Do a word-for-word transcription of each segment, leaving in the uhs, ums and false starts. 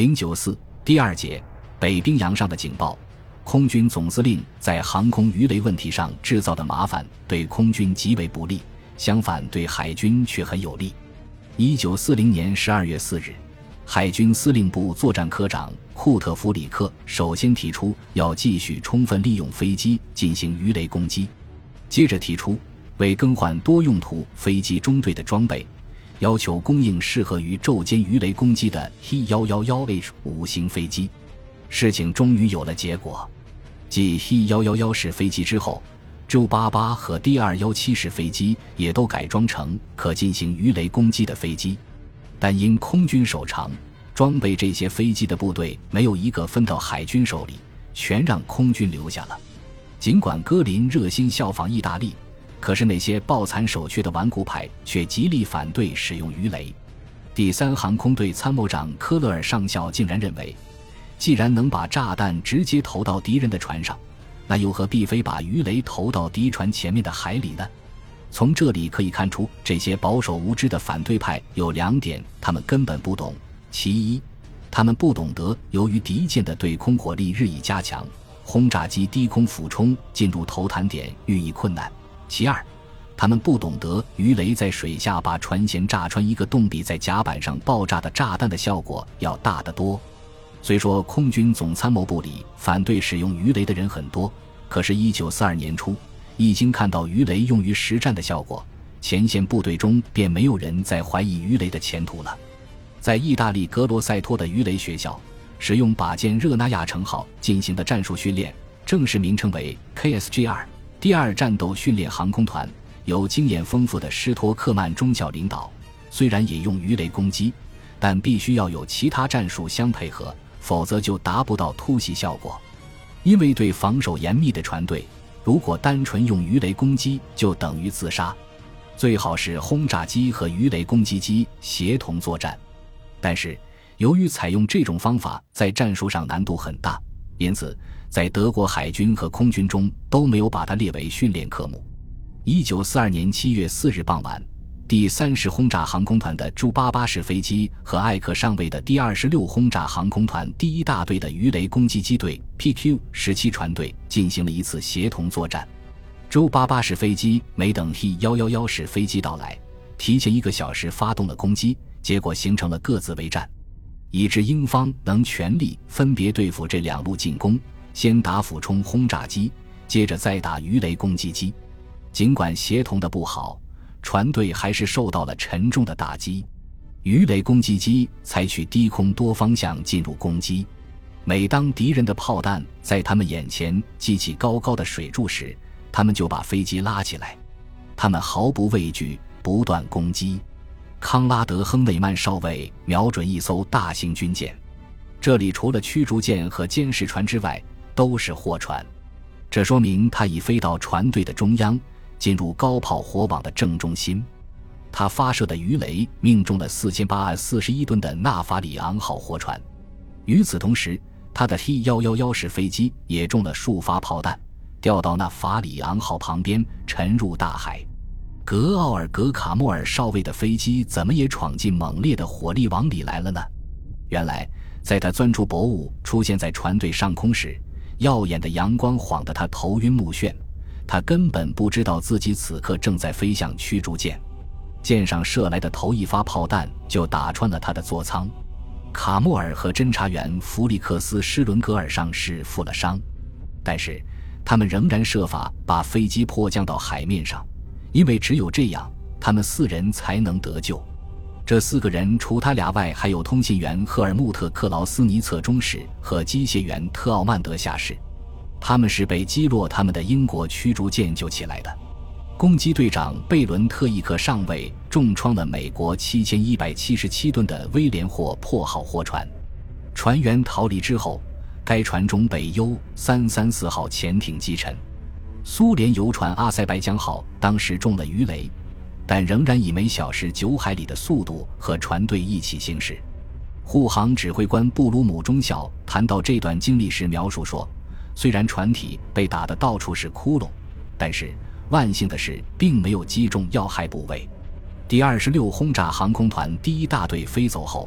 零九四第二节北冰洋上的警报。空军总司令在航空鱼雷问题上制造的麻烦对空军极为不利，相反对海军却很有利。一九四零年十二月四日，海军司令部作战科长库特弗里克首先提出要继续充分利用飞机进行鱼雷攻击，接着提出为更换多用途飞机中队的装备，要求供应适合于昼间鱼雷攻击的 H 一一一 H 五 型飞机。事情终于有了结果，继 H 一一一 式飞机之后， J 八十八 和 D 二一七 式飞机也都改装成可进行鱼雷攻击的飞机，但因空军手长，装备这些飞机的部队没有一个分到海军手里，全让空军留下了。尽管戈林热心效仿意大利，可是那些抱残守缺的顽固派却极力反对使用鱼雷。第三航空队参谋长科勒尔上校竟然认为，既然能把炸弹直接投到敌人的船上，那又何必非把鱼雷投到敌船前面的海里呢？从这里可以看出，这些保守无知的反对派有两点他们根本不懂。其一，他们不懂得由于敌舰的对空火力日益加强，轰炸机低空俯冲进入投弹点日益困难。其二，他们不懂得鱼雷在水下把船舷炸穿一个洞比在甲板上爆炸的炸弹的效果要大得多。虽说空军总参谋部里反对使用鱼雷的人很多，可是一九四二年初，已经看到鱼雷用于实战的效果，前线部队中便没有人再怀疑鱼雷的前途了。在意大利格罗塞托的鱼雷学校，使用靶舰热那亚城号进行的战术训练，正式名称为 K S G 二 第二战斗训练航空团，由经验丰富的施托克曼中校领导。虽然也用鱼雷攻击，但必须要有其他战术相配合，否则就达不到突袭效果。因为对防守严密的船队，如果单纯用鱼雷攻击就等于自杀，最好是轰炸机和鱼雷攻击机协同作战。但是由于采用这种方法在战术上难度很大，因此在德国海军和空军中都没有把它列为训练科目。一九四二年七月四日傍晚，第三十轰炸航空团的 J 八十八 式飞机和艾克上尉的第二十六轰炸航空团第一大队的鱼雷攻击机队 P Q 十七 船队进行了一次协同作战。 J 八十八 式飞机没等 H 一一一 式飞机到来，提前一个小时发动了攻击，结果形成了各自为战，以致英方能全力分别对付这两路进攻，先打俯冲轰炸机，接着再打鱼雷攻击机。尽管协同的不好，船队还是受到了沉重的打击。鱼雷攻击机采取低空多方向进入攻击，每当敌人的炮弹在他们眼前激起高高的水柱时，他们就把飞机拉起来，他们毫不畏惧，不断攻击。康拉德·亨内曼少尉瞄准一艘大型军舰，这里除了驱逐舰和监视船之外都是货船，这说明他已飞到船队的中央，进入高炮火网的正中心。他发射的鱼雷命中了四千八百四十一吨的纳法里昂号货船。与此同时，他的 H 一一一 式飞机也中了数发炮弹，掉到纳法里昂号旁边，沉入大海。格奥尔格·卡莫尔少尉的飞机怎么也闯进猛烈的火力网里来了呢？原来在他钻出薄雾出现在船队上空时，耀眼的阳光晃得他头晕目眩，他根本不知道自己此刻正在飞向驱逐舰，舰上射来的头一发炮弹就打穿了他的座舱。卡莫尔和侦察员弗利克斯·施伦格尔上士负了伤，但是他们仍然设法把飞机迫降到海面上，因为只有这样他们四人才能得救。这四个人除他俩外，还有通信员赫尔穆特·克劳斯尼策中士和机械员特奥曼德下士，他们是被击落他们的英国驱逐舰救起来的。攻击队长贝伦特伊克上尉重创了美国七千一百七十七吨的威廉霍珀号货船，船员逃离之后，该船中北 U 三三四号潜艇击沉。苏联游船阿塞拜疆号当时中了鱼雷，但仍然以每小时九海里的速度和船队一起行驶。护航指挥官布鲁姆中校谈到这段经历时描述说，虽然船体被打得到处是窟窿，但是万幸的是并没有击中要害部位。第二十六轰炸航空团第一大队飞走后，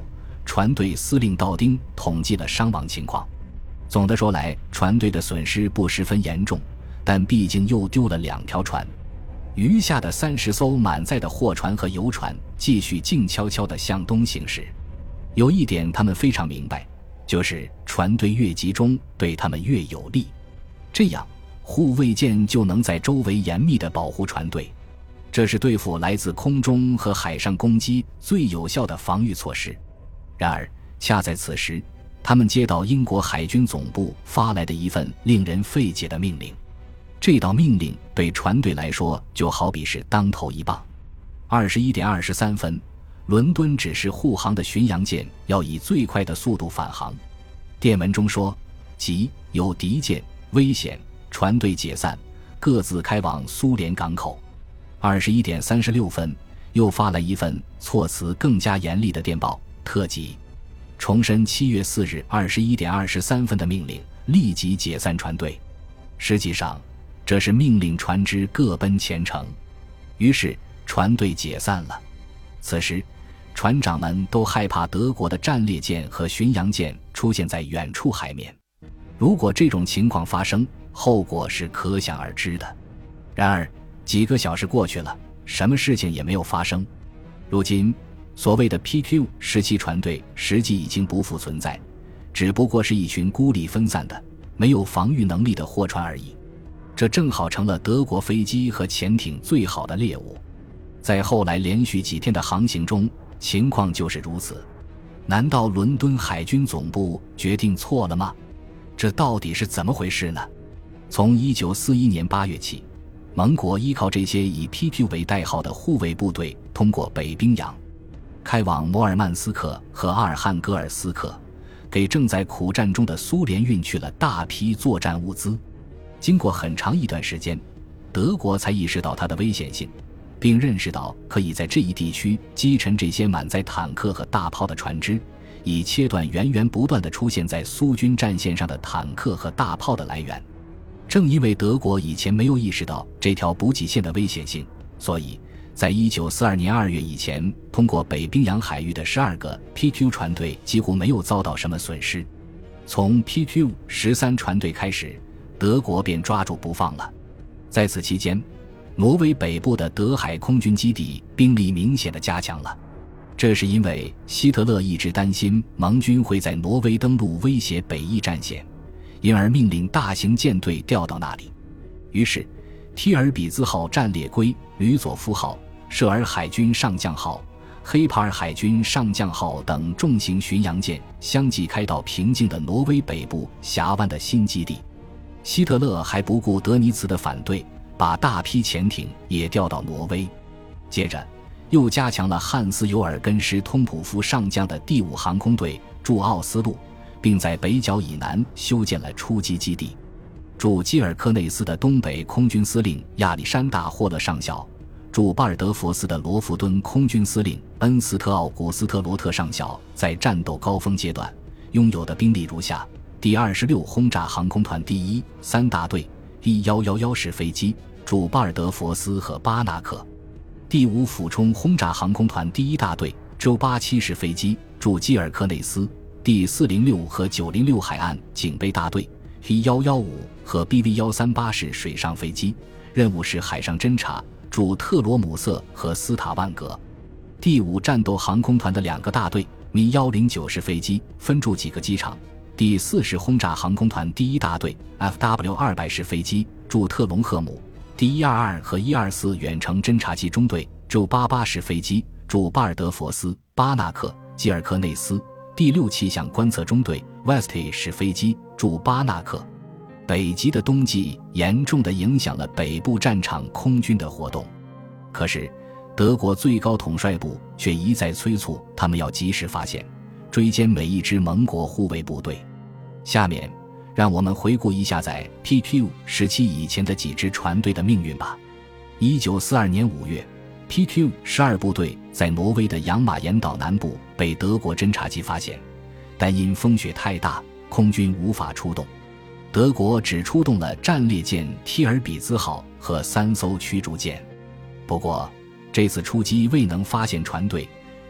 船队司令道丁统计了伤亡情况。总的说来，船队的损失不十分严重，但毕竟又丢了两条船。余下的三十艘满载的货船和油船继续静悄悄地向东行驶。有一点他们非常明白，就是船队越集中，对他们越有利。这样，护卫舰就能在周围严密地保护船队。这是对付来自空中和海上攻击最有效的防御措施。然而，恰在此时，他们接到英国海军总部发来的一份令人费解的命令。这道命令对船队来说就好比是当头一棒。二十一点二十三分，伦敦指示护航的巡洋舰要以最快的速度返航。电文中说，即有敌舰，危险，船队解散，各自开往苏联港口。二十一点三十六分，又发来一份措辞更加严厉的电报，特急重申七月四日二十一点二十三分的命令，立即解散船队。实际上，这是命令船只各奔前程。于是船队解散了。此时船长们都害怕德国的战列舰和巡洋舰出现在远处海面，如果这种情况发生，后果是可想而知的。然而几个小时过去了，什么事情也没有发生。如今所谓的 P Q 十七 船队实际已经不复存在，只不过是一群孤立分散的没有防御能力的货船而已。这正好成了德国飞机和潜艇最好的猎物。在后来连续几天的航行中，情况就是如此。难道伦敦海军总部决定错了吗？这到底是怎么回事呢？从一九四一年八月起，盟国依靠这些以 P Q 为代号的护卫部队，通过北冰洋开往摩尔曼斯克和阿尔汉格尔斯克，给正在苦战中的苏联运去了大批作战物资。经过很长一段时间，德国才意识到它的危险性，并认识到可以在这一地区击沉这些满载坦克和大炮的船只，以切断源源不断地出现在苏军战线上的坦克和大炮的来源。正因为德国以前没有意识到这条补给线的危险性，所以在一九四二年二月以前，通过北冰洋海域的十二个 P Q 船队几乎没有遭到什么损失。从 P Q 十三 船队开始，德国便抓住不放了。在此期间，挪威北部的德海空军基地兵力明显地加强了。这是因为希特勒一直担心盟军会在挪威登陆威胁北翼战线，因而命令大型舰队调到那里。于是提尔比兹号战列龟、吕佐夫号、舍尔海军上将号、黑帕尔海军上将号等重型巡洋舰相继开到平静的挪威北部峡湾的新基地。希特勒还不顾德尼茨的反对，把大批潜艇也调到挪威。接着又加强了汉斯·尤尔根施通普夫上将的第五航空队驻奥斯陆，并在北角以南修建了出击基地。驻基尔科内斯的东北空军司令亚历山大·霍勒上校，驻巴尔德佛斯的罗弗敦空军司令恩斯特·奥古斯特罗特上校在战斗高峰阶段拥有的兵力如下：第二十六轰炸航空团第一、三大队 B 一一一式飞机驻巴尔德佛斯和巴纳克；第五俯冲轰炸航空团第一大队周八七式飞机驻基尔科内斯；第四零六和九零六海岸警备大队 B 一一五和 B V 一三八式水上飞机，任务是海上侦察，驻特罗姆瑟和斯塔万格；第五战斗航空团的两个大队 M 一零九式飞机分驻几个机场；第四式轰炸航空团第一大队 F W 二百式飞机驻特隆赫姆；第一二二和一二四远程侦察机中队驻八八式飞机驻巴尔德佛斯、巴纳克、基尔科内斯；第六气象观测中队 West 式飞机驻巴纳克。北极的冬季严重地影响了北部战场空军的活动，可是德国最高统帅部却一再催促他们要及时发现、追歼每一支盟国护卫部队。下面让我们回顾一下在 P Q 十七 以前的几支船队的命运吧。一九四二年五月， P Q 十二 部队在挪威的扬马岩岛南部被德国侦察机发现，但因风雪太大，空军无法出动。德国只出动了战列舰提尔比兹号和三艘驱逐舰。不过这次出击未能发现船队，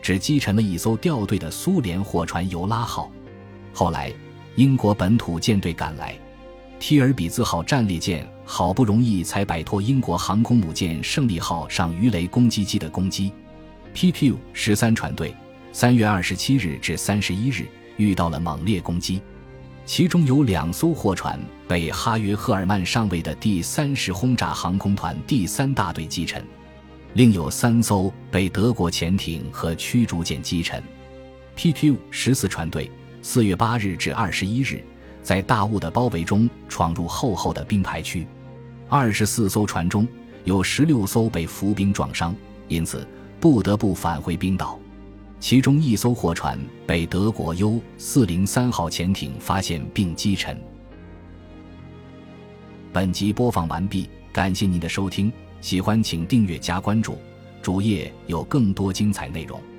只击沉了一艘掉队的苏联货船尤拉号。后来英国本土舰队赶来，提尔比兹号战列舰好不容易才摆脱英国航空母舰胜利号上鱼雷攻击机的攻击。 P Q 十三 船队三月二十七日至三十一日遇到了猛烈攻击，其中有两艘货船被哈约赫尔曼上尉的第三十轰炸航空团第三大队击沉，另有三艘被德国潜艇和驱逐舰击沉。 P Q 十四 船队四月八日至二十一日在大雾的包围中闯入厚厚的冰排区，二十四艘船中有十六艘被浮冰撞伤，因此不得不返回冰岛。其中一艘货船被德国 U 四零三 号潜艇发现并击沉。本集播放完毕，感谢您的收听，喜欢请订阅加关注，主页有更多精彩内容。